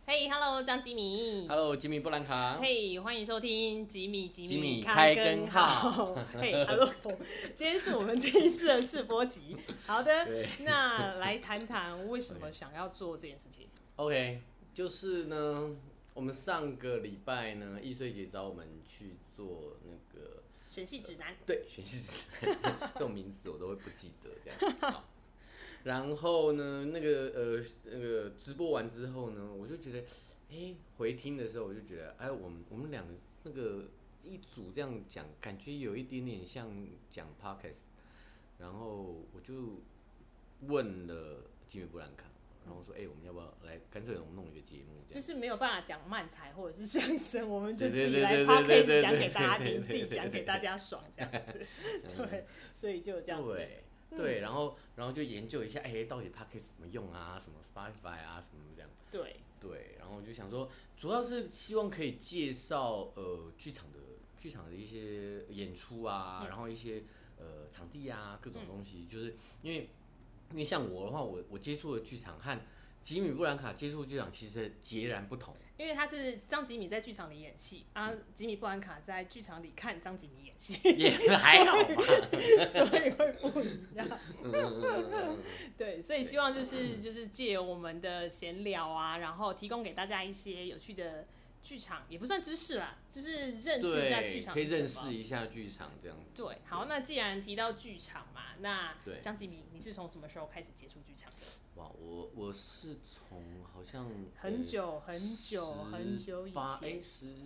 嘿、hey,，Hello， 张吉米。 Hello， 吉米布兰卡。 嘿，欢迎收听吉米开根号。 嘿、hey,，Hello， 今天是我们第一次的试播集。好的，那来谈谈为什么想要做这件事情。 OK， 就是呢，我们上个礼拜呢，易碎姐找我们去做那个选系指南。 对，选系指南这种名词我都会不记得这样。好，然后呢，那个直播完之后呢，我就觉得，回听的时候我就觉得，我们两个那个一组这样讲，感觉有一点点像讲 podcast。然后我就问了吉米布兰卡，然后说，我们要不要来，干脆我们弄一个节目， 就是没有办法讲漫才或者是相声，我们就自己来 podcast 讲给大家听，自己讲给大家爽这样子。对，所以就有这样子。 对，然后就研究一下，到底 podcast 怎么用啊，什么 Spotify 啊，什么这样。对，然后我就想说，主要是希望可以介绍剧场的一些演出啊，然后一些场地啊，各种东西，就是因为像我的话，我接触的剧场和吉米布兰卡接触的剧场其实截然不同。 因为他是张吉米在剧场里演戏啊，吉米布兰卡在剧场里看张吉米演戏， 也还好吧， 所以会不一样。对，所以希望就是借由我们的闲聊啊，然后提供给大家一些有趣的剧场，也不算知识啦，就是认识一下剧场是什么， 可以认识一下剧场这样子。 对，好，那既然提到剧场嘛，那张吉米，你是从什么时候开始接触剧场的？ 哇，我是从好像很久以前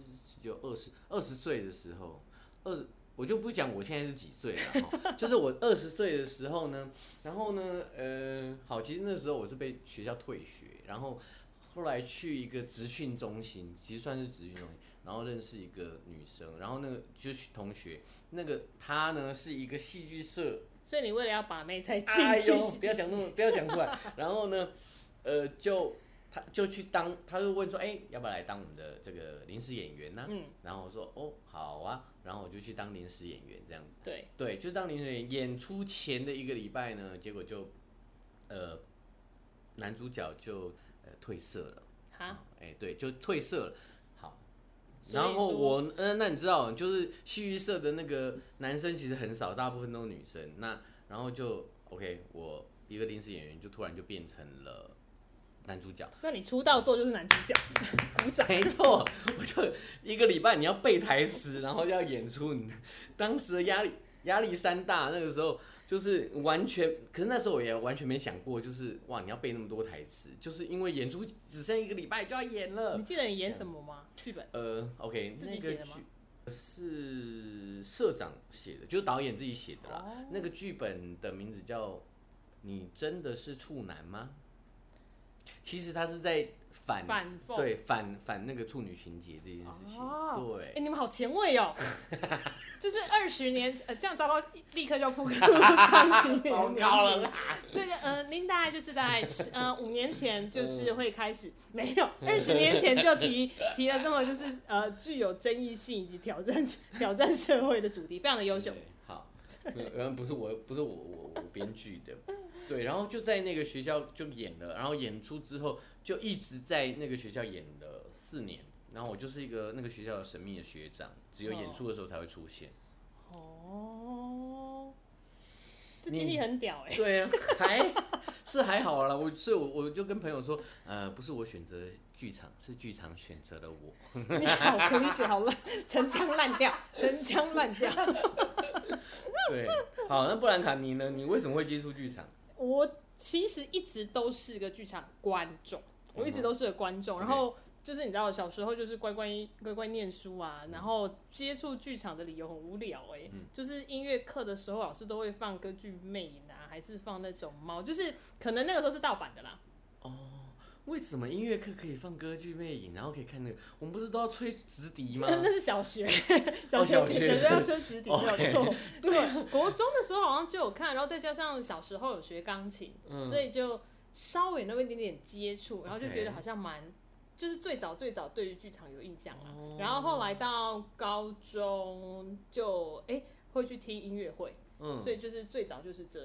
，19、20岁的时候，我就不讲我现在是几岁了，就是我20岁的时候呢，然后呢，好，其实那时候我是被学校退学，然后后来去一个职训中心，其实算是职训中心，然后认识一个女生，然后那个就是同学，那个她呢是一个戏剧社。 所以你为了要把妹才进去， 不要讲出来。然后呢，他就去当，他就问说，要不要来当我们的这个临时演员呢？然后我说，好啊。然后我就去当临时演员，这样。对，就当临时演员。演出前的1个礼拜呢，结果就，男主角就退社了。 哈？ 对，就退社了。然后那你知道，就是戏剧社的那个男生其实很少，大部分都是女生。然后就 OK， 我一个临时演员就突然就变成了男主角。 那你出道之后就是男主角，鼓掌。 没错，我就1个礼拜你要背台词，然后就要演出，当时的压力山大。那个时候就是完全，可是那时候我也完全没想过，就是哇，你要背那么多台词，就是因为演出只剩1个礼拜就要演了。 你记得你演什么吗？剧本 ？OK， 自己写的吗？ 是社长写的，就是导演自己写的啦。那个剧本的名字叫《你真的是处男吗》？其实他是在反那个处女情节这件事情。对， 你们好前卫哦！就是20年，这样糟糕，立刻就要铺张吉米。 好高了啦！ 对，您大概5年前就是会开始，没有20年前就提了这么就是具有争议性以及挑战社会的主题，非常的优秀。 好，不是我编剧的。对，然后就在那个学校就演了，然后演出之后就一直在那个学校演了4年，然后我就是一个那个学校的神秘的学长，只有演出的时候才会出现。 这经历很屌对啊，还好啦，所以我就跟朋友说，不是我选择剧场，是剧场选择了我。 你好科学，好烂，陈腔滥调。 对，好，那布兰卡你呢？你为什么会接触剧场？ 我其实一直都是个剧场观众，然后就是你知道，小时候就是乖乖念书啊，然后接触剧场的理由很无聊就是音乐课的时候，老师都会放歌剧魅影啊，还是放那种猫，就是可能那个时候是盗版的啦。 为什么音乐课可以放歌剧魅影，然后可以看那个？我们不是都要吹直笛吗？ 那是小学，小学要吹直笛没有错。对，国中的时候好像就有看，然后再加上小时候有学钢琴，所以就稍微那么一点点接触，然后就觉得好像就是最早对于剧场有印象啦。然后后来到高中就会去听音乐会，所以就是最早就是这样。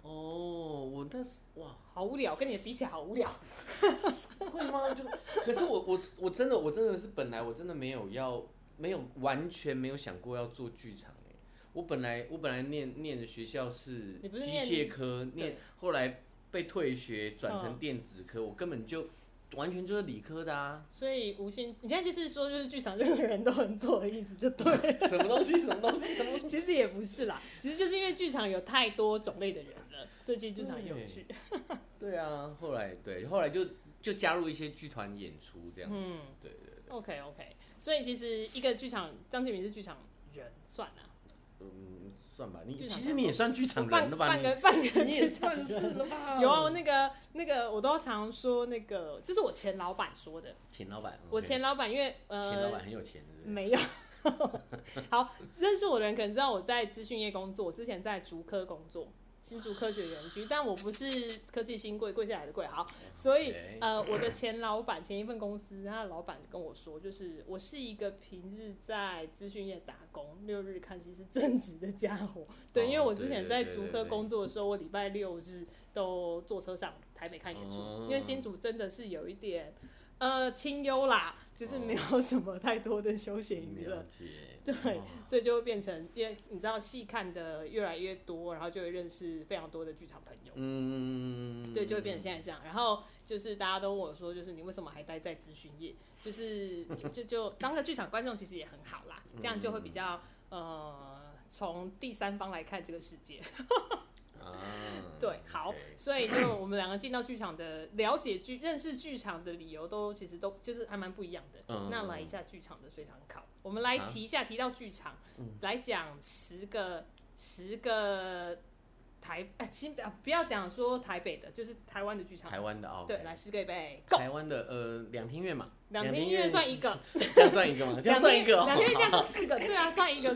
哦，我那是哇， 好无聊，跟你的比起来好无聊。 会吗？可是我真的是本来我真的没有完全没有想过要做剧场哎。我本来念的学校是机械科，后来被退学转成电子科，我根本就完全就是理科的啊。 所以无心，你现在就是说，就是剧场任何人都能做的意思，就对了。 什么东西？ 其实也不是啦，其实就是因为剧场有太多种类的人了，所以其实剧场很有趣。 对啊，后来就加入一些剧团演出这样子。对。 OK， 所以其实一个剧场，张建民是剧场人，算了。 算吧，其实你也算剧场人了吧？ 半个你也算是了吧？ 有啊，那个我都常说那个，这是我前老板说的。 前老板， 我前老板因为前老板很有钱，是不是？ 没有。好，认识我的人可能知道我在资讯业工作，我之前在竹科工作。新竹科学园区，但我不是科技新贵下来的贵，好，所以我的前一份公司，他的老板跟我说，就是我是一个平日在资讯业打工，6日看戏是正职的家伙，对，因为我之前在竹科工作的时候，我礼拜6日都坐车上台北看演出，因为新竹真的是有一点清幽啦，就是没有什么太多的休闲娱乐，对，所以就会变成，因为你知道戏看的越来越多，然后就会认识非常多的剧场朋友，对，就会变成现在这样。然后就是大家都问我说，就是你为什么还待在资讯业？就是就当个剧场观众其实也很好啦，这样就会比较从第三方来看这个世界。对，好，所以就我们两个进到剧场的了解认识剧场的理由其实都就是还蛮不一样的。那来一下剧场的随堂考，我们来提一下，提到剧场，来讲10个不要讲说台北的，就是台湾的剧场。 台湾的哦， 对，来10个预备， 台湾的两厅院嘛， 两厅院算一个， 这样算一个吗？这样算一个哦， 两厅院这样就4个，对啊，算一个。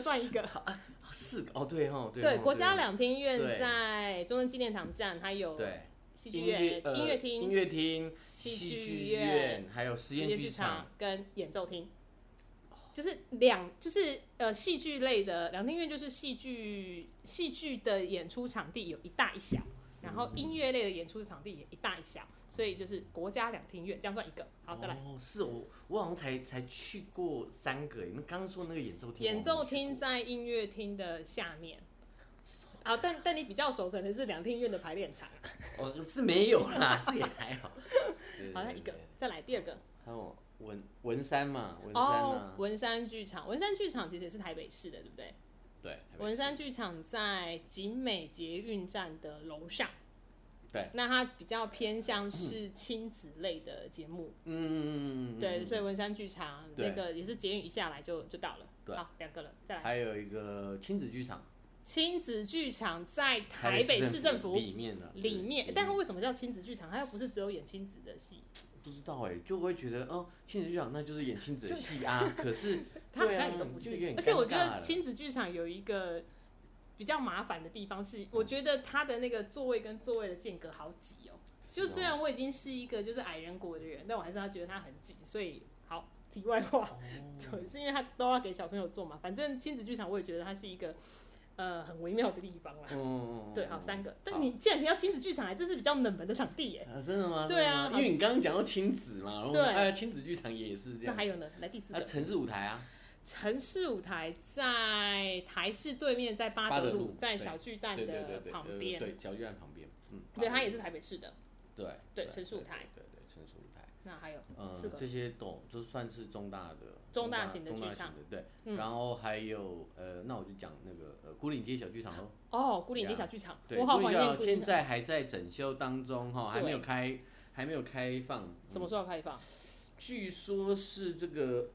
4个哦，对哦， 对，国家两厅院在中正纪念堂站，还有戏剧院、音乐厅、 戏剧院，还有实验剧场跟演奏厅，就是戏剧类的两厅院，就是戏剧的演出场地有一大一小，然后音乐类的演出场地也一大一小，所以就是国家两厅院，这样算一个。好，再来。 是我好像才去过3个，你们刚刚说那个演奏厅。 演奏厅在音乐厅的下面。但你比较熟，可能是两厅院的排练场。 是没有啦，是也还好。 好，那一个，再来第二个。 还有文山嘛， 文山剧场，文山剧场其实也是台北市的，对不对？ 对。 文山剧场在景美捷运站的楼上。 对， 那它比较偏向是亲子类的节目，对，所以文山剧场那个也是捷运一下来就到了， 对， 好，2个了，再来。 还有一个亲子剧场， 亲子剧场在台北市政府里面， 但它为什么叫亲子剧场？它又不是只有演亲子的戏。 不知道就会觉得亲子剧场那就是演亲子的戏啊，可是它好像也都不是，而且我觉得亲子剧场有一个比较麻烦的地方是，我觉得它的那个座位跟座位的间隔好挤哦。就虽然我已经是一个就是矮人国的人，但我还是觉得它很挤。所以好，题外话，对，是因为它都要给小朋友做嘛。反正亲子剧场我也觉得它是一个很微妙的地方啦。对，好，3个。但你既然提到亲子剧场，这是比较冷门的场地耶。 真的吗？ 对啊， 因为你刚刚讲到亲子嘛，然后亲子剧场也是这样。 那还有呢？来第4个。 城市舞台啊。 城市舞台在台视对面，在八德路，在小巨蛋的旁边。 对，小巨蛋旁边。 对，它也是台北市的。 对， 城市舞台。 对，城市舞台。 那还有4个。 这些都算是中大型的剧场。 对，然后还有那我就讲那个牯岭街小剧场喽。 牯岭街小剧场， 我好怀念。 现在还在整修当中还没有开放。 什么时候开放？ 据说是这个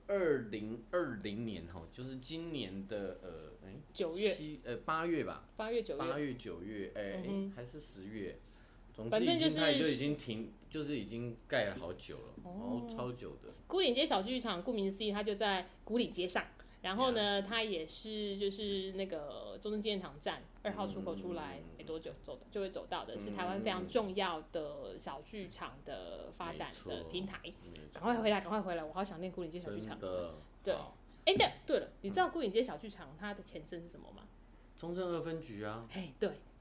2020年就是今年的 9月 8月吧 ，8月 9月还是10月，总之反正就是已经停，就是已经盖了好久了，超久的。 牯岭街小剧场顾名思义，它就在牯岭街上。然后呢，它也是就是那个中正纪念堂站2号出口出来没多久就会走到的，是台湾非常重要的小剧场的发展的平台。赶快回来，我好想念牯岭街小剧场。对，对了，你知道牯岭街小剧场它的前身是什么吗？ 中正2分局啊。 对，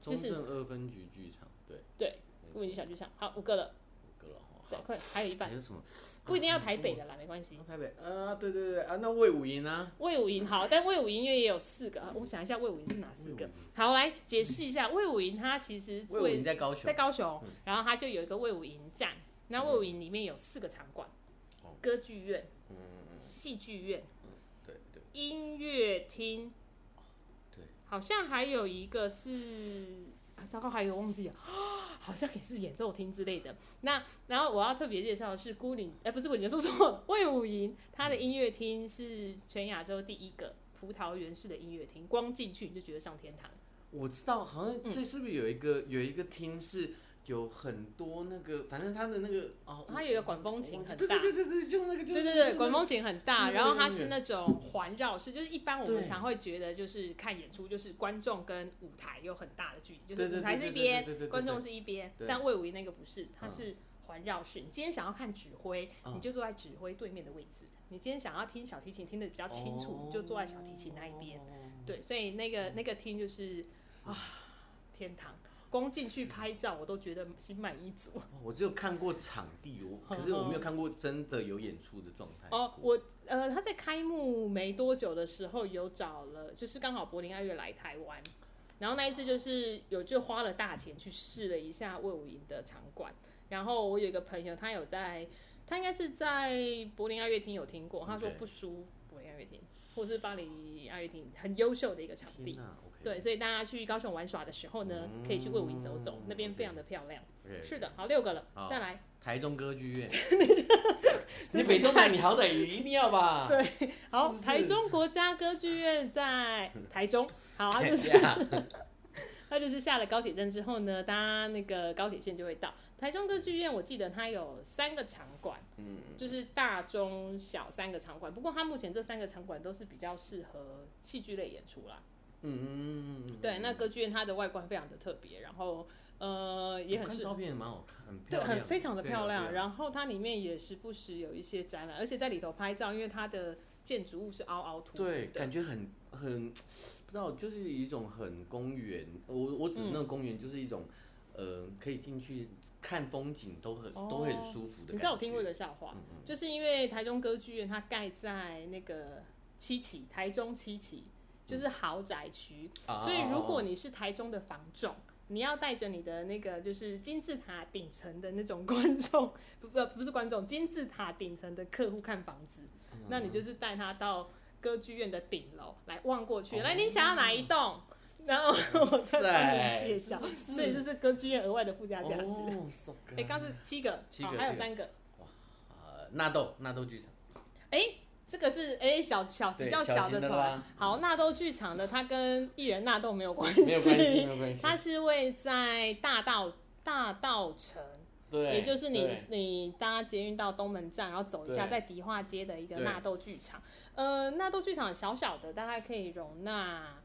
中正2分局剧场， 对，5分局小剧场，好，5个了。再快，还有一半。 还有什么？ 不一定要台北的啦，没关系。 台北，对啊，那魏武营啊？ 魏武营好，但魏武营也有4个，我想一下魏武营是哪4个？好，来解释一下，魏武营它其实魏武营在高雄， 然后它就有一个魏武营站，那魏武营里面有4个场馆，歌剧院、戏剧院、 对， 音乐厅， 对， 好像还有一个是。糟糕，还有忘记了，好像也是演奏厅之类的。然后我要特别介绍的是不是孤岭，说错了，魏武营，它的音乐厅是全亚洲第1个葡萄园式的音乐厅，光进去你就觉得上天堂。 我知道，好像这是不是有一个厅是有很多那个，反正它的那个它有一个管风琴很大， 对，就那个， 对，管风琴很大，然后它是那种环绕式，就是一般我们常会觉得就是看演出，就是观众跟舞台有很大的距离，就是舞台是一边，观众是一边，但魏武营那个不是，它是环绕式。你今天想要看指挥，你就坐在指挥对面的位置；你今天想要听小提琴听得比较清楚，你就坐在小提琴那一边。对，所以那个厅就是天堂。光进去拍照，我都觉得心满意足。 我只有看过场地，可是我没有看过真的有演出的状态。 他在开幕没多久的时候有找了，就是刚好柏林爱乐来台湾，然后那一次就花了大钱去试了一下魏武营的场馆。然后我有一个朋友，他应该是在柏林爱乐厅有听过，他说不输柏林爱乐厅，或是巴黎爱乐厅，很优秀的一个场地。对，所以大家去高雄玩耍的时候呢，可以去魏武营走走，那边非常的漂亮。是的，好，6个了，再来。 台中歌剧院，你北中南你好歹也一定要吧？ 对，好，台中国家歌剧院在台中，好，它就是下了高铁站之后呢，搭那个高铁线就会到。台中歌剧院，我记得它有3个场馆，就是大、中、小3个场馆。不过它目前这3个场馆都是比较适合戏剧类演出啦。对，那歌剧院它的外观非常的特别，然后也很看照片也蛮好看，很漂亮，对，非常的漂亮。 对， 然后它里面也时不时有一些展览，而且在里头拍照，因为它的建筑物是凹凹凸凸的， 对，感觉很不知道，就是一种很公园。我指那个公园就是一种可以进去看风景都很舒服的感觉。 你知道我听过一个笑话，就是因为台中歌剧院它盖在那个台中七期。就是豪宅区，所以如果你是台中的房仲，你要带着你的那个就是金字塔顶层的那种观众，不是观众，金字塔顶层的客户看房子，那你就是带他到歌剧院的顶楼来望过去，来，你想要哪一栋？然后我再帮你介绍，所以这是歌剧院额外的附加价值。刚是7个，好，还有3个。 纳豆剧场。 这个是比较小的团。好，纳豆剧场的，它跟艺人纳豆没有关系， 没有关系。 它是位在大稻埕，对，也就是你搭捷运到东门站，然后走一下，在迪化街的一个纳豆剧场。纳豆剧场小小的，大概可以容纳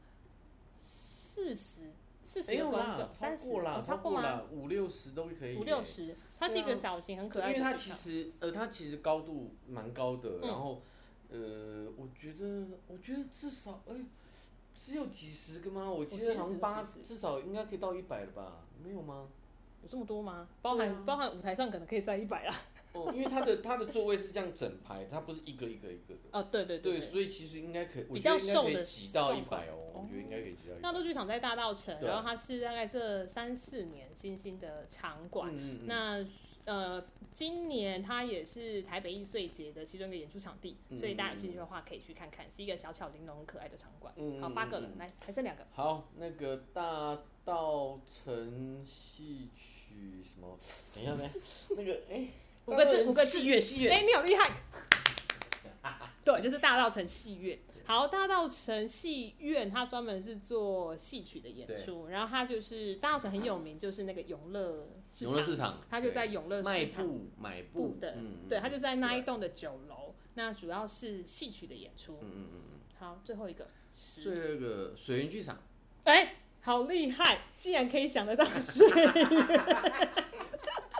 40个观众，30，超过吗 ？50-60都可以。 50-60，它是一个小型很可爱的剧场。 因为它其实高度蛮高的，然后。我觉得至少只有几十个吗？我记得好像至少应该可以到100了吧？没有吗？ 有这么多吗？包含舞台上可能可以塞100啦。 因为它的座位是这样整排，它不是一个的。对，所以其实应该可以， 比较瘦的挤到100哦。我觉得应该可以挤到100。 纳豆剧场在大稻埕，然后它是大概这3-4年新兴的场馆。那今年它也是台北艺穗节的其中一个演出场地，所以大家有兴趣的话可以去看看，是一个小巧玲珑、很可爱的场馆。好，8个了，来，还剩2个。 好，那个大稻埕戏曲什么？等一下呢？那个 5个字， 戏院。 你好厉害。对，就是大稻埕戏院。好，大稻埕戏院它专门是做戏曲的演出，然后它就是大稻埕很有名，就是那个永乐市场，它就在永乐市场买布的，对，它就在那一栋的9楼，那主要是戏曲的演出。好，最后一个水源剧场。 好厉害，竟然可以想得到水源。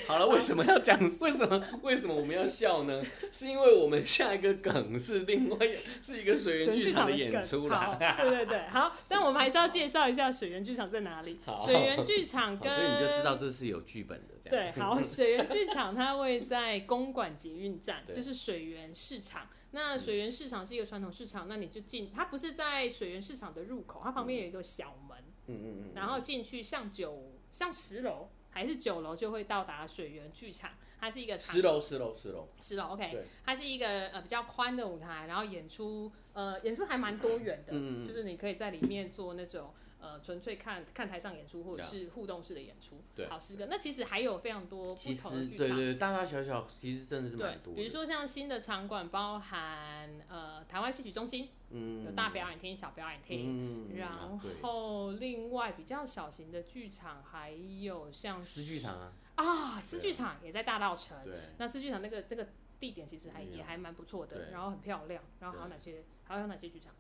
好了，为什么要讲？为什么我们要笑呢？是因为我们下一个梗是是一个水源剧场的演出啦。 对，好，但我们还是要介绍一下水源剧场在哪里。水源剧场跟所以你就知道这是有剧本的。 对，好，水源剧场它位在公馆捷运站，就是水源市场。那水源市场是一个传统市场，那你就进，它不是在水源市场的入口，它旁边有一个小门，然后进去上10楼还是9楼就会到达水源剧场，它是一个 10楼 ，OK， 它是一个比较宽的舞台，然后演出还蛮多元的，就是你可以在里面做那种。纯粹看台上演出，或者是互动式的演出，好10个。那其实还有非常多不同的剧场， 对，大大小小其实真的是蛮多的。 比如说像新的场馆，包含台湾戏曲中心，有大表演厅、小表演厅，然后另外比较小型的剧场还有像诗剧场诗剧场也在大稻埕。那诗剧场那个地点其实也还蛮不错的，然后很漂亮。然后还有哪些剧场？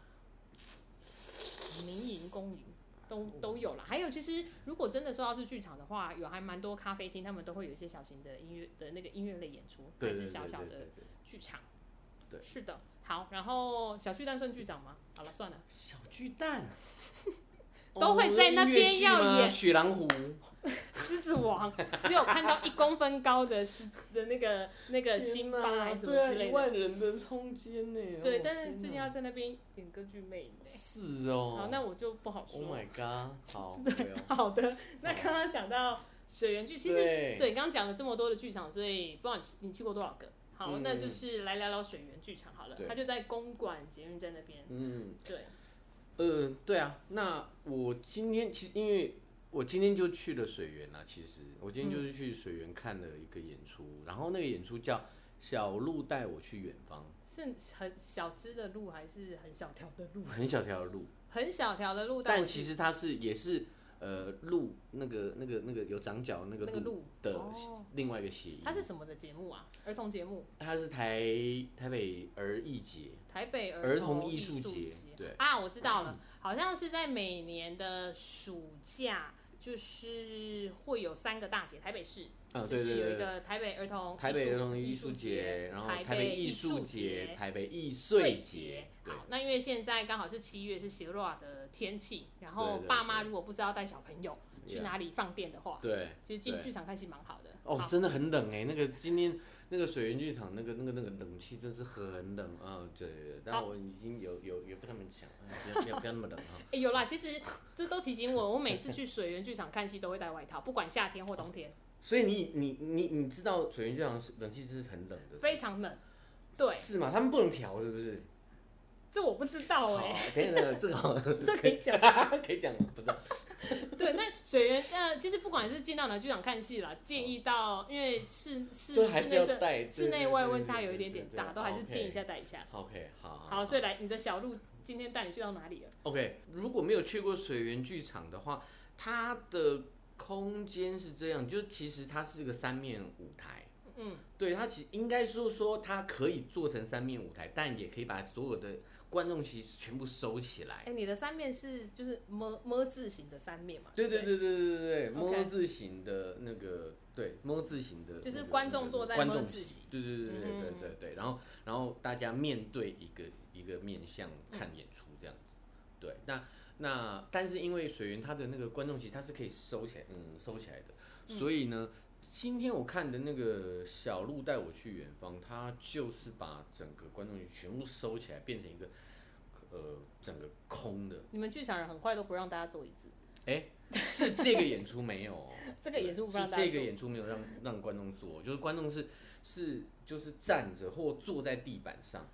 民营、公营都有啦。还有，其实如果真的说到是剧场的话，还蛮多咖啡厅，他们都会有一些小型的音乐类演出，还是小小的剧场。对，是的。好，然后小巨蛋算剧场吗？好了，算了。 小巨蛋都会在那边要演雪狼湖、 狮子王，只有看到1公分高的那个辛巴还是什么之类的， 1万人的空间呢。 对，但是最近要在那边演歌剧魅呢。 是哦。 好，那我就不好说。 Oh my god！ 好。 对，好的。那刚刚讲到水源剧，其实对刚刚讲了这么多的剧场，所以不知道你去过多少个？好，那就是来聊聊水源剧场好了。它就在公馆捷运站那边。对。 对啊，那我今天因为我今天就去了水源啦，其实我今天就是去水源看了一个演出，然后那个演出叫《小路带我去远方》，是很小只的路还是很小条的路？ 很小条的路， 很小条的路， 但其实它也是路那个有长角那个路的另外一个谐音。 它是什么的节目啊？儿童节目？ 它是台北儿艺节。 台北儿童艺术节。对啊，我知道了，好像是在每年的暑假，就是会有3个大节，台北市。就是有一个台北儿童艺术节， 然后台北艺术节、台北艺穗节。 好，那因为现在刚好是7月，是邪热的天气，然后爸妈如果不知道带小朋友去哪里放电的话， 对， 其实进剧场看戏蛮好的。 哦，真的很冷那个今天那个水源剧场那个冷气真是很冷啊！对，但我已经有跟他们讲，不要那么冷啊。 有啦，其实这都提醒我每次去水源剧场看戏都会带外套，不管夏天或冬天。 所以你知道水源剧场冷气是很冷的， 非常冷，对， 是吗？他们不能调是不是？ 这我不知道等一下，这个这可以讲可以讲吗？不知道。 对，那水源其实不管是进到哪剧场看戏啦，建议到，因为室内外温差有一点点大，都还是建议一下带一下。 OK， 好，所以来你的小路今天带你去到哪里了 ？OK， 如果没有去过水源剧场的话，它的空间是这样，就其实它是个3面舞台。对，它其实应该说它可以做成3面舞台，但也可以把所有的观众席全部收起来。 你的3面是就是么字形的3面嘛？ 对，么字形的那个，对，么字形的， 就是观众坐在么字形。 对，然后大家面对一个面向看演出这样子。对，那但是因为水源它的那个观众席它是可以收起来的，所以呢。今天我看的那个小路带我去远方，它就是把整个观众席全部收起来，变成一个整个空的。 你们剧场人很快都不让大家坐椅子。 是这个演出没有这个演出不让大家坐。 是这个演出没有让观众坐，就是观众就是站着或坐在地板上。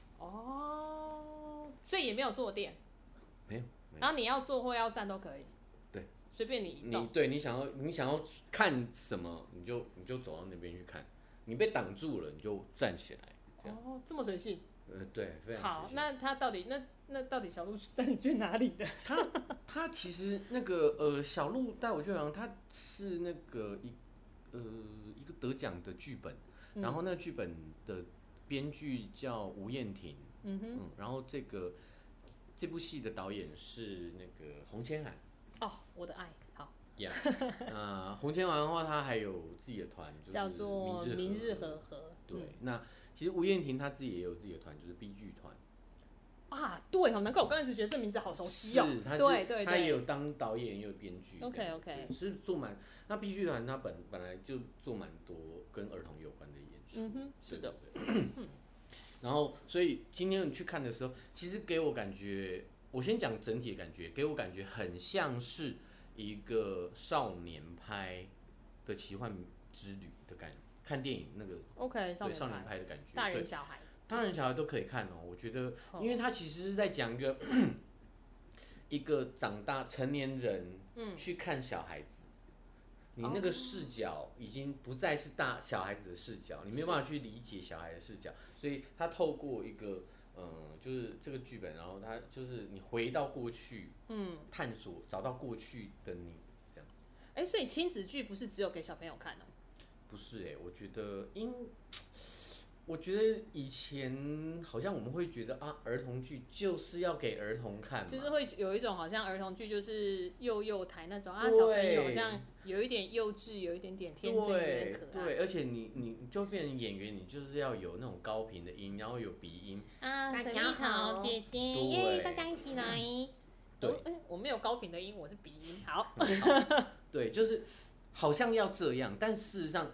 所以也没有坐垫。 没有。 然后你要坐或要站都可以。随便你移动。 你想要看什么，你就走到那边去看。你被挡住了，你就站起来。 这么随性。 对，非常随性。 好，那他到底小路带你去哪里的？ 他其实那个小路带我去远方，他是那个一个得奖的剧本，然后那个剧本的编剧叫吴燕婷，然后这部戏的导演是那个洪千海。 我的爱，好， 呀，红千王的话，他还有自己的团，就是叫做明日和和。 对，那其实吴燕婷她自己也有自己的团，就是 B 剧团。 啊，对哦，难怪我刚开始觉得这名字好熟悉哦。对， 他也有当导演，也有编剧。 OK， 是做那 B 剧团他本来就做蛮多跟儿童有关的演出。 嗯哼，是的。 然后，所以今天你去看的时候，其实给我感觉，我先讲整体的感觉，给我感觉很像是一个少年拍的奇幻之旅的感觉，看电影那个 OK 少年拍的感觉， 大人小孩。 大人小孩都可以看哦，我觉得，因为他其实是在讲一个长大成年人去看小孩子，你那个视角已经不再是小孩子的视角，你没有办法去理解小孩的视角，所以他透过一个就是这个剧本，然后他就是你回到过去，探索找到过去的你，这样。 所以亲子剧不是只有给小朋友看哦？ 不是我觉得以前好像我们会觉得啊，儿童剧就是要给儿童看嘛， 就是会有一种好像儿童剧就是幼台那种啊，小朋友好像有一点幼稚，有一点点天真，有点可爱。 对，而且你就变成演员，你就是要有那种高频的音，然后有鼻音啊，大家好，姐姐，耶，大家一起来。对，我没有高频的音，我是鼻音。好， 对，就是好像要这样，但事实上，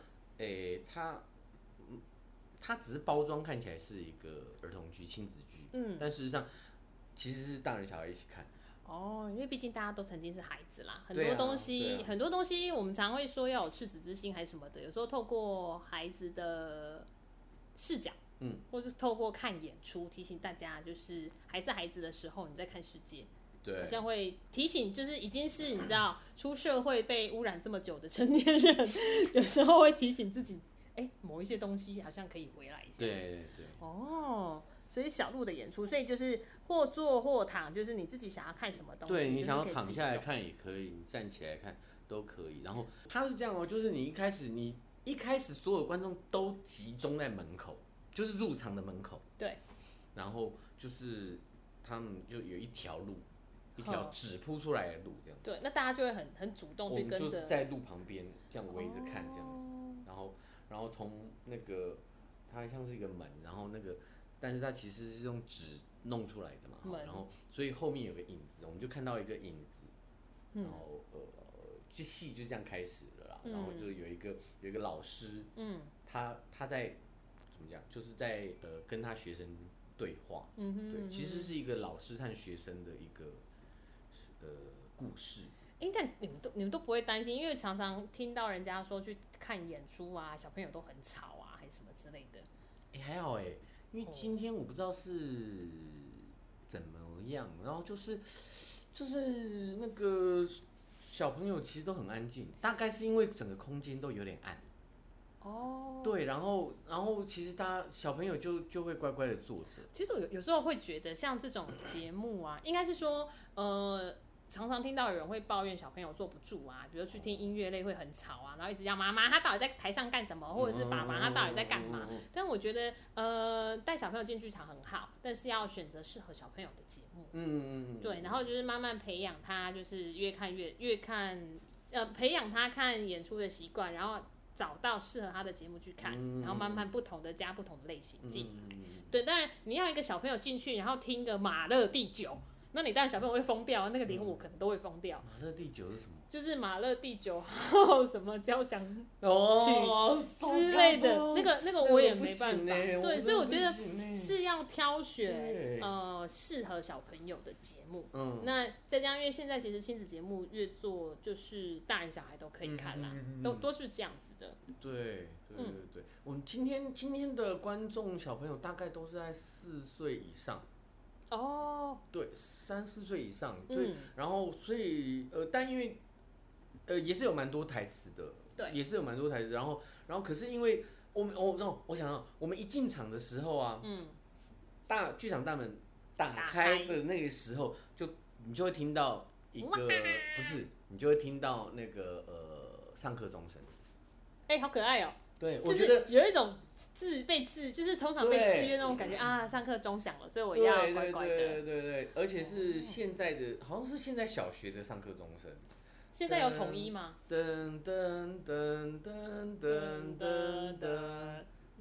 它只是包装看起来是一个儿童剧、亲子剧，但事实上其实是大人小孩一起看。 哦，因为毕竟大家都曾经是孩子啦，很多东西，我们常会说要有赤子之心还是什么的，有时候透过孩子的视角，或是透过看演出提醒大家，就是还是孩子的时候你在看世界。 对， 好像会提醒，就是已经是你知道出社会被污染这么久的成年人，有时候会提醒自己，某一些东西好像可以回来一下。 对。 哦，所以小鹿的演出，所以就是或坐或躺，就是你自己想要看什么东西。 对，你想要躺下来看也可以，你站起来看都可以。然后它是这样哦，就是你一开始所有观众都集中在门口，就是入场的门口。 对。 然后就是他们就有一条路。一条纸铺出来的路，这样。 对，那大家就会很主动去跟着。 我们就是在路旁边这样围着看这样子，然后从那个它像是一个门，然后但是它其实是用纸弄出来的嘛，然后所以后面有个影子，我们就看到一个影子，然后就戏就这样开始了啦，然后就有一个老师，他在怎么讲，就是在跟他学生对话，对，其实是一个老师和学生的一个。故事。 但你们都不会担心，因为常常听到人家说去看演出啊，小朋友都很吵啊，还是什么之类的。 还好因为今天我不知道是怎么样，然后就是那个小朋友其实都很安静，大概是因为整个空间都有点暗。对，然后其实小朋友就会乖乖的坐着。 其实我有时候会觉得，像这种节目啊，应该是说常常听到有人会抱怨小朋友坐不住啊，比如去听音乐类会很吵啊，然后一直叫妈妈他到底在台上干什么，或者是爸爸他到底在干嘛。但我觉得带小朋友进剧场很好，但是要选择适合小朋友的节目。对，然后就是慢慢培养他，就是越看培养他看演出的习惯，然后找到适合他的节目去看，然后慢慢不同的加不同的类型进来。对，当然你要一个小朋友进去，然后听个马勒第9。那你当然小朋友会疯掉，那个连我可能都会疯掉。 马勒第9是什么？就是马勒第9号什么交响曲之类的，那个我也没办法。对，所以我觉得是要挑选适合小朋友的节目。那再加上因为现在其实亲子节目越做就是大人小孩都可以看啦，都是这样子的。 对。我们今天的观众小朋友大概都是在4岁以上。对，3、4岁以上，对，然后所以但因为也是有蛮多台词的， 对， 也是有蛮多台词，然后可是因为我想到我们一进场的时候啊，剧场大门打开的那个时候，你就会听到一个不是，你就会听到那个上课钟声， 好可爱哦。 对，我觉得有一种就是通常被制约那种感觉啊，上课钟响了，所以我要乖乖的。 对，而且是现在的，好像是现在小学的上课钟声， 现在有统一吗？ 噔噔噔噔噔噔噔。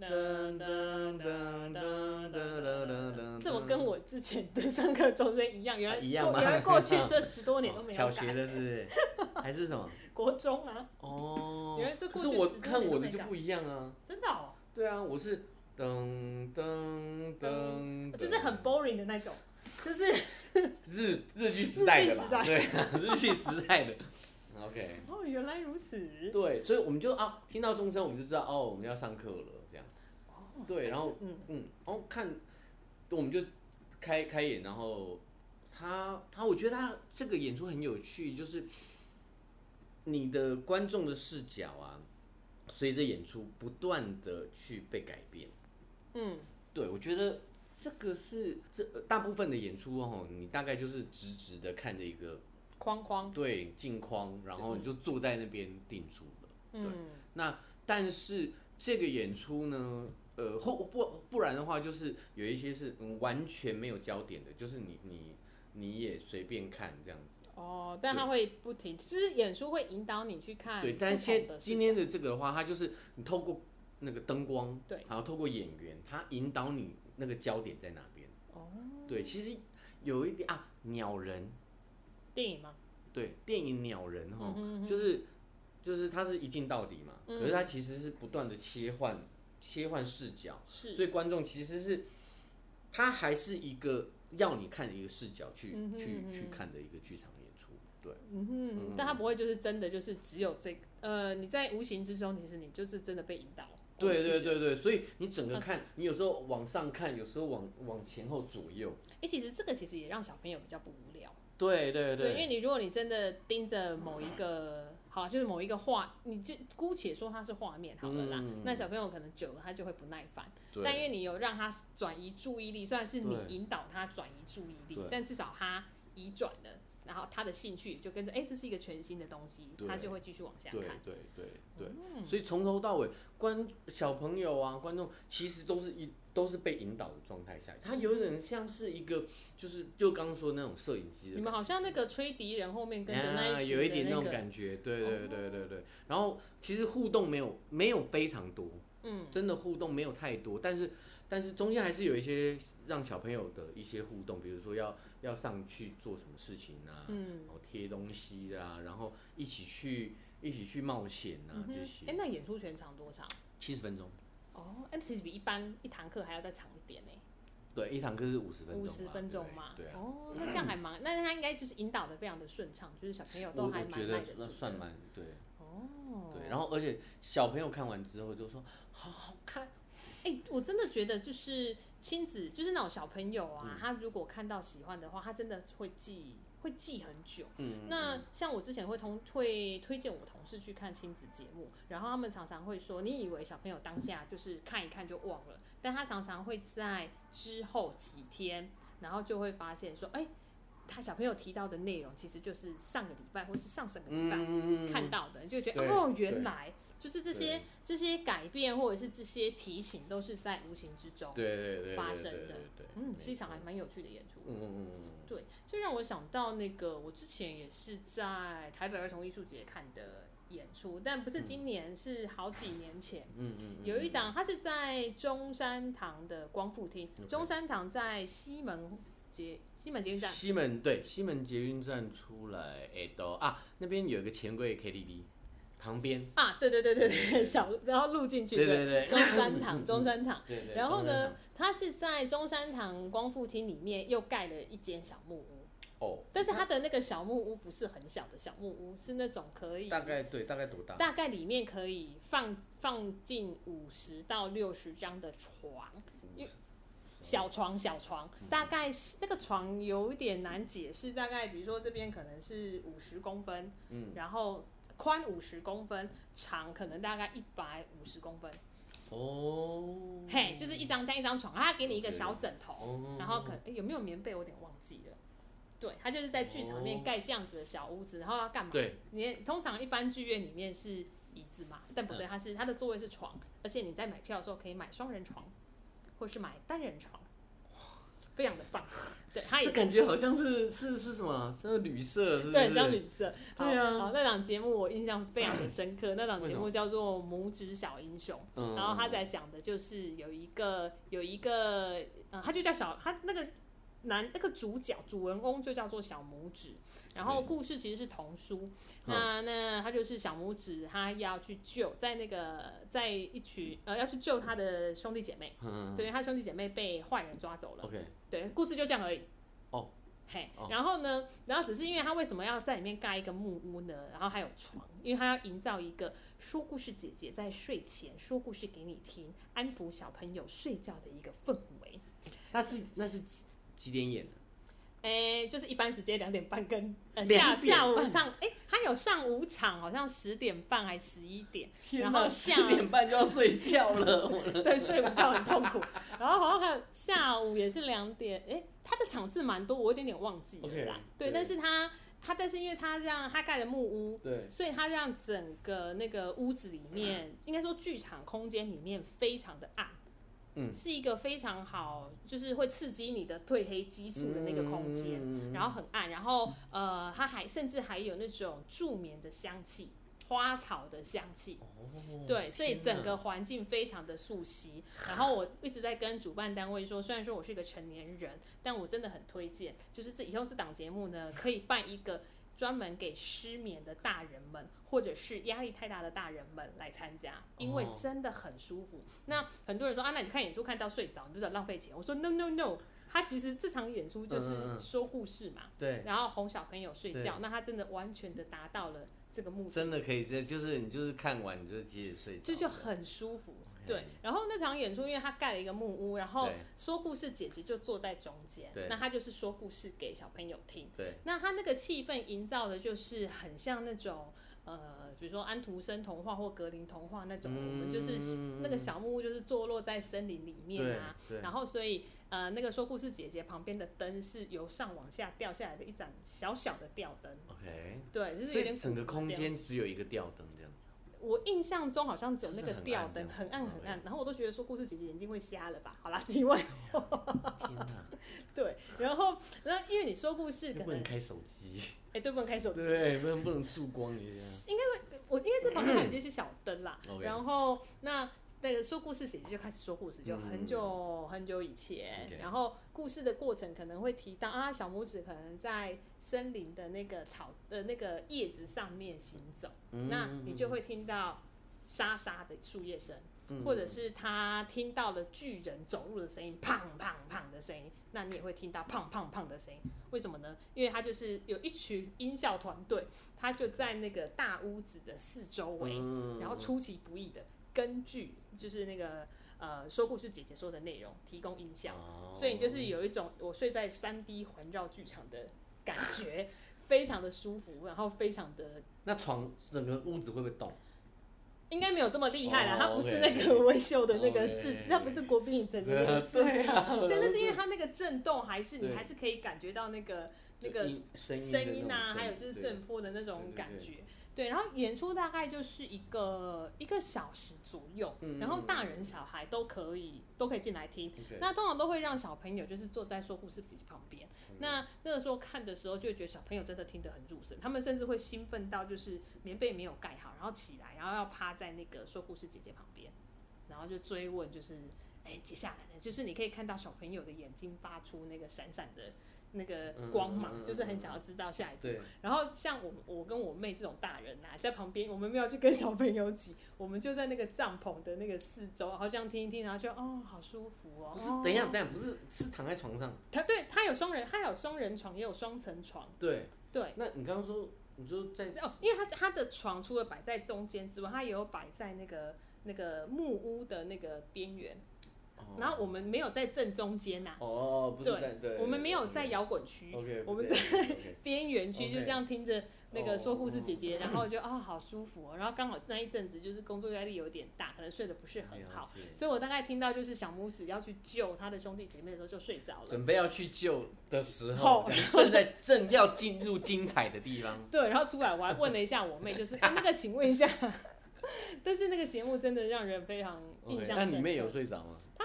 怎么跟我之前的上课钟声一样？ 一样吗？ 原来过去这10多年都没有改。 小学的是不是？还是什么？ 国中啊。 哦。 原来这过去可是我看我的就不一样啊。 真的哦。 对啊，我是噔噔噔， 就是很 boring 的那种，就是日剧时代的吧？对啊，日剧时代的。OK。 哦，原来如此。 对，所以我们就听到钟声，我们就知道我们要上课了，这样。对，然后然后看，我们就开演，然后我觉得他这个演出很有趣，就是你的观众的视角啊，随着演出不断的去被改变。对，我觉得这个是大部分的演出你大概就是直的看着一个框，对， 镜框，然后你就坐在那边定住了。对，那但是这个演出呢？不然的话，就是有一些是完全没有焦点的，就是你也随便看这样子。 哦，但他会不停，就是演出会引导你去看。 对，但是今天的这个的话，它就是你透过那个灯光， 对， 还有透过演员，它引导你那个焦点在哪边。哦，对，其实有一点鸟人。 电影吗？ 对，电影鸟人就是它是一镜到底嘛，可是它其实是不断的切换视角，所以观众其实是他还是一个要你看的一个视角去看的一个剧场演出，对， 但他不会就是真的就是只有这个，你在无形之中，其实你就是真的被引导。 对，所以你整个看，你有时候往上看，有时候往前后左右。 其实这个其实也让小朋友比较不无聊。 对， 因为如果你真的盯着某一个。好，就是某一个画，你就姑且说它是画面好了啦。那小朋友可能久了，他就会不耐烦。但因为你有让他转移注意力，虽然是你引导他转移注意力，但至少他移转了，然后他的兴趣就跟着，这是一个全新的东西，他就会继续往下看。 对，所以从头到尾，小朋友啊，观众其实都是被引导的状态下，他有点像是一个，就刚刚说的那种摄影机的。 你们好像那个吹笛人后面跟着那一群的有一点那种感觉，对。然后其实互动没有非常多，真的互动没有太多，但是中间还是有一些让小朋友的一些互动，比如说要上去做什么事情啊，然后贴东西啊，然后一起去冒险啊这些。 那演出全长多长 ？70分钟。 哦，其实比一般一堂课还要再长一点呢。 对，一堂课是50分钟。 50分钟嘛。 对啊。 哦，那这样还蛮，那他应该就是引导的非常的顺畅，就是小朋友都还蛮耐得住的。 我觉得算蛮对。 哦。 对，然后而且小朋友看完之后就说好好看。 我真的觉得就是亲子，就是那种小朋友啊，他如果看到喜欢的话，他真的会记很久。那像我之前会推荐我同事去看亲子节目，然后他们常常会说，你以为小朋友当下就是看一看就忘了，但他常常会在之后几天，然后就会发现说，他小朋友提到的内容其实就是上个礼拜或是上个礼拜看到的，就觉得原来就是这些改变或者是这些提醒都是在无形之中发生的。是一场还蛮有趣的演出。对，就让我想到那个我之前也是在台北儿童艺术节看的演出，但不是今年，是好几年前。有一档，它是在中山堂的光复厅。中山堂在西门捷运站。西门捷运站出来，那边有一个钱柜 KTV。旁边对，然后录进去对， 中山堂， 对， 然后呢，它是在中山堂光复厅里面又盖了一间小木屋。但是它的那个小木屋不是很小的小木屋，是那种可以大概多大？ 大概里面可以放进50到60张的床，小床，大概那个床有一点难解释，大概比如说这边可能是50公分，然后宽50公分，长可能大概150公分。就是一张床，他给你一个小枕头，然后有没有棉被我有点忘记了。对，他就是在剧场里面盖这样子的小屋子，然后要干嘛？你通常一般剧院里面是椅子嘛，但不对，他的座位是床，而且你在买票的时候可以买双人床，或是买单人床。 非常的棒。对，他也这感觉好像是什么？是旅社，是不是？ 对，像旅社。 对啊。 好，那档节目我印象非常的深刻。那档节目叫做《拇指小英雄》，然后他在讲的就是有一个，他就叫他那个主人公就叫做小拇指。然后故事其实是童书，那他就是小拇指，他要去救，在一群要去救他的兄弟姐妹，对，他兄弟姐妹被坏人抓走了。 OK， 对，故事就这样而已。嘿，然后呢，只是因为他为什么要在里面盖一个木屋呢？然后还有床，因为他要营造一个说故事姐姐在睡前说故事给你听，安抚小朋友睡觉的一个氛围。 那是几点演的？ 就是一般时间2点半跟下午上，他有上5场，好像10点半还11点，然后 10点半就要睡觉了， 对，睡午觉很痛苦。然后好像还有下午也是2点，他的场次蛮多，我有点忘记了啦。Okay, 对，但是但是因为他这样，他盖了木屋，对，所以他让整个那个屋子里面，应该说剧场空间里面非常的暗。是一个非常好，就是会刺激你的褪黑激素的那个空间，然后很暗，然后它甚至还有那种助眠的香气，花草的香气，对，所以整个环境非常的素悉。然后我一直在跟主办单位说，虽然说我是一个成年人，但我真的很推荐，就是以后这档节目呢，可以办一个专门给失眠的大人们，或者是压力太大的大人们来参加，因为真的很舒服。那很多人说那你看演出看到睡着，你就是浪费钱。我说 no， 他其实这场演出就是说故事嘛，对，然后哄小朋友睡觉，那他真的完全的达到了这个目的， 真的可以，就是你就是看完你就接着睡着， 就很舒服。对，然后那场演出，因为他盖了一个木屋，然后说故事姐姐就坐在中间，那他就是说故事给小朋友听。对，那他那个气氛营造的就是很像那种比如说安徒生童话或格林童话那种，我们就是那个小木屋就是坐落在森林里面啊，然后所以那个说故事姐姐旁边的灯是由上往下掉下来的一盏小小的吊灯。OK， 对，就是有点整个空间只有一个吊灯这样子。 我印象中好像只有那个吊灯，很暗很暗，然后我都觉得说故事姐姐眼睛会瞎了吧？好啦，题外话。天哪！对，然后因为你说故事可能不能开手机， 对，不能开手机， 对，不能注光一下。 应该是旁边还有一些是小灯啦，然后那个说故事姐姐就开始说故事，就很久很久以前，然后故事的过程可能会提到小拇指可能在森林的那个草的那个叶子上面行走，那你就会听到沙沙的树叶声，或者是他听到了巨人走路的声音，砰砰砰的声音，那你也会听到砰砰砰的声音。为什么呢？因为他就是有一群音效团队，他就在那个大屋子的四周围，然后出其不意的根据就是那个说故事姐姐说的内容提供音效，所以你就是有一种我睡在3D 环绕剧场的感觉，非常的舒服，然后非常的。 那床整个屋子会不会动？ 应该没有这么厉害啦，它不是那个微秀的那个它不是国宾影城的那个对啊， 对，那是因为它那个震动你还是可以感觉到那个声音啊，还有就是震波的那种感觉。对，然后演出大概就是一个小时左右，然后大人小孩都可以进来听。那通常都会让小朋友就是坐在说故事姐姐旁边。那个时候看的时候，就会觉得小朋友真的听得很入神，他们甚至会兴奋到就是棉被没有盖好，然后起来，然后要趴在那个说故事姐姐旁边，然后就追问，就是接下来呢，就是你可以看到小朋友的眼睛发出那个闪闪的那个光芒，就是很想要知道下一步。然后像我跟我妹这种大人啊，在旁边，我们没有去跟小朋友挤，我们就在那个帐篷的那个四周，然后这样听一听，然后就好舒服哦。 不是，等一下，不是躺在床上。 他有双人床，也有双层床。对。 那你刚刚说，你就在因为他的床除了摆在中间之外，他也有摆在那个木屋的那个边缘。然后我们没有在正中间呐， 不是在对， 我们没有在摇滚区，我们在边缘区，就这样听着那个说故事姐姐，然后就好舒服哦。然后刚好那一阵子就是工作压力有点大，可能睡得不是很好，所以我大概听到就是小拇指要去救他的兄弟姐妹的时候就睡着了， 准备要去救的时候，正要进入精彩的地方。 对，然后出来我还问了一下我妹，就是那个请问一下。但是那个节目真的让人非常印象深刻。 那你妹有睡着吗？ 她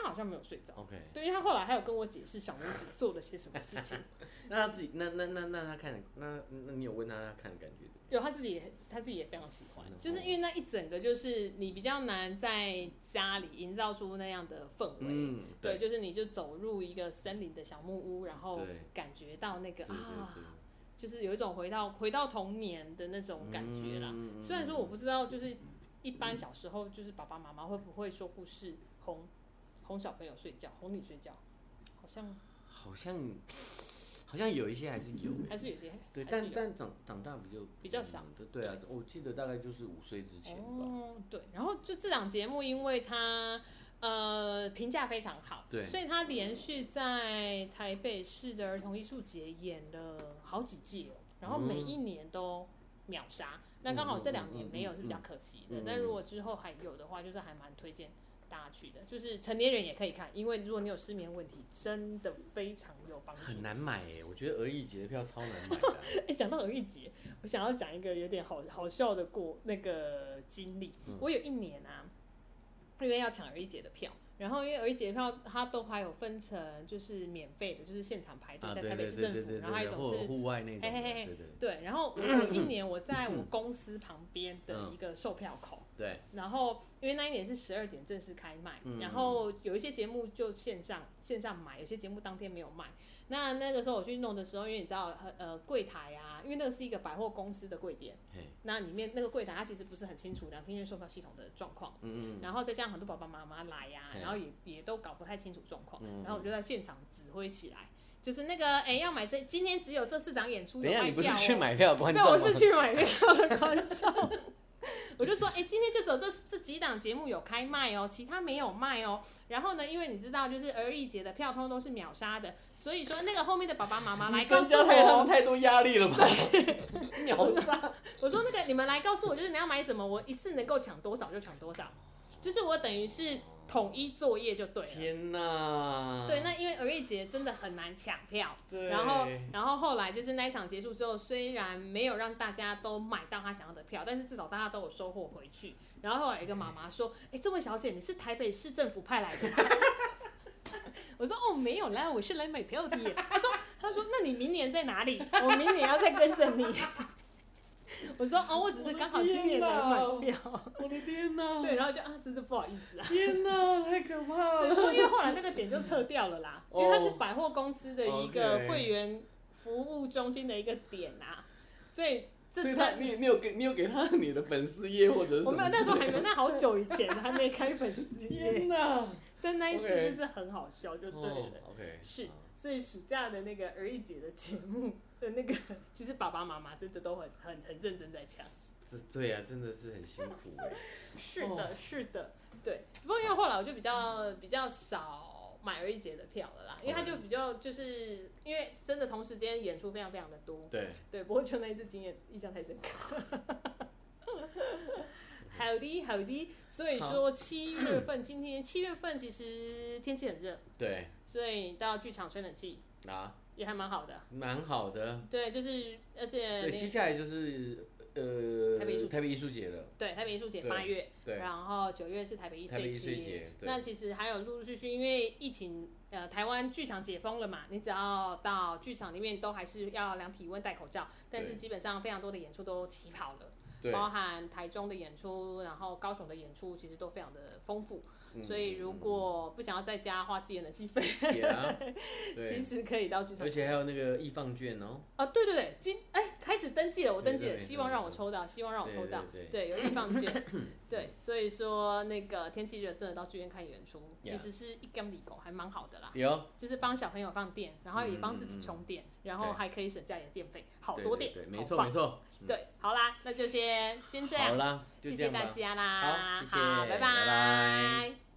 他好像没有睡着。 OK， 对，因为他后来还有跟我解释小拇指做了些什么事情。 那他自己，那他看，那你有问他看的感觉？ 有，他自己也非常喜欢，就是因为那一整个就是你比较难在家里营造出那样的氛围。对，就是你就走入一个森林的小木屋，然后感觉到那个就是有一种回到童年的那种感觉啦。虽然说我不知道，就是一般小时候就是爸爸妈妈会不会说故事哄小朋友睡觉，哄你睡觉， 好像有一些还是有， 还是有些对，但长大比较少。 对啊，我记得大概就是5岁之前吧。 对，然后就这档节目，因为它评价非常好， 对， 所以它连续在台北市的儿童艺术节演了好几届哦，然后每一年都秒杀。那刚好这2年没有是比较可惜的，但如果之后还有的话，就是还蛮推荐大家去的，就是成年人也可以看，因为如果你有失眠问题，真的非常有帮助。 很难买耶，我觉得儿艺节的票超难买的。 讲到儿艺节，我想要讲一个有点好笑的那个经历。我有一年啊，因为要抢儿艺节的票，然后因为儿艺节的票它都还有分成就是免费的，就是现场排队在台北市政府，然后还有一种是户外那种。 对，然后有一年我在我公司旁边的一个售票口。 对， 然后因为那一年是12点正式开卖，然后有一些节目就线上买，有些节目当天没有卖。那个时候我去弄的时候，因为你知道柜台啊，因为那个是一个百货公司的柜点，那里面那个柜台它其实不是很清楚两厅院售票系统的状况，然后再加上很多爸爸妈妈来啊，然后也都搞不太清楚状况，然后我就在现场指挥起来。就是那个要买今天只有这4档演出有卖票。 等一下，你不是去买票的观众吗？对，我是去买票的观众。我就说，今天就只有这几档节目有开卖哦，其他没有卖哦。然后呢，因为你知道，就是儿艺节的票通都是秒杀的，所以说那个后面的爸爸妈妈来告诉我， 他们太多压力了吧？秒杀。 我说那个你们来告诉我，就是你要买什么，我一次能够抢多少就抢多少，就是我等于是统一作业就对了。 天哪！ 对，那因为儿艺节真的很难抢票， 对。 然后后来就是那一场结束之后，虽然没有让大家都买到他想要的票，但是至少大家都有收获回去。然后后来有一个妈妈说：“这位小姐，你是台北市政府派来的吗？”我说：“哦，没有啦，我是来买票的耶。”她说：“那你明年在哪里？我明年要再跟着你。”我说：“哦，我只是刚好今年来买票。” 我的天哪！ 对，然后就真是不好意思啊。 天哪，太可怕了。 对，因为后来那个点就撤掉了啦，因为它是百货公司的一个会员服务中心的一个点啊，所以你有给他你的粉丝页或者是什么？ 我没有，那时候还没，那好久以前还没开粉丝页。 天哪！ 但那一次就是很好笑，就对了。是，所以暑假的那个儿艺节的节目的那个，其实爸爸妈妈真的都很认真在抢。 对啊，真的是很辛苦哎。 是的，对。不过因为后来我就比较少买儿艺节的票了啦，因为它就比较就是因为真的同时间演出非常非常的多。对，不过就那一次经验印象太深刻。好的，所以说7月份，今天7月份其实天气很热， 对， 所以到剧场吹冷气啊，也还蛮好的， 蛮好的。 对，就是而且对，接下来就是台北艺术节了。 对，台北艺术节8月， 对， 然后9月是台北艺术节。 那其实还有陆陆续续，因为疫情，台湾剧场解封了嘛，你只要到剧场里面都还是要量体温、戴口罩，但是基本上非常多的演出都起跑了。包含台中的演出，然后高雄的演出，其实都非常的丰富。所以如果不想要在家花自己的冷气费，其实可以到剧场。 而且还有那个易放券哦。 对，开始登记了，我登记了，希望让我抽到。对，有易放券。对，所以说那个天气热，真的到剧院看演出，其实是一竿理工，还蛮好的啦。 有， 就是帮小朋友放电，然后也帮自己充电，然后还可以省下点电费，好多电。 对，没错。 对，好啦，那就先这样。 好啦， 谢谢大家啦。 好，谢谢， 拜拜。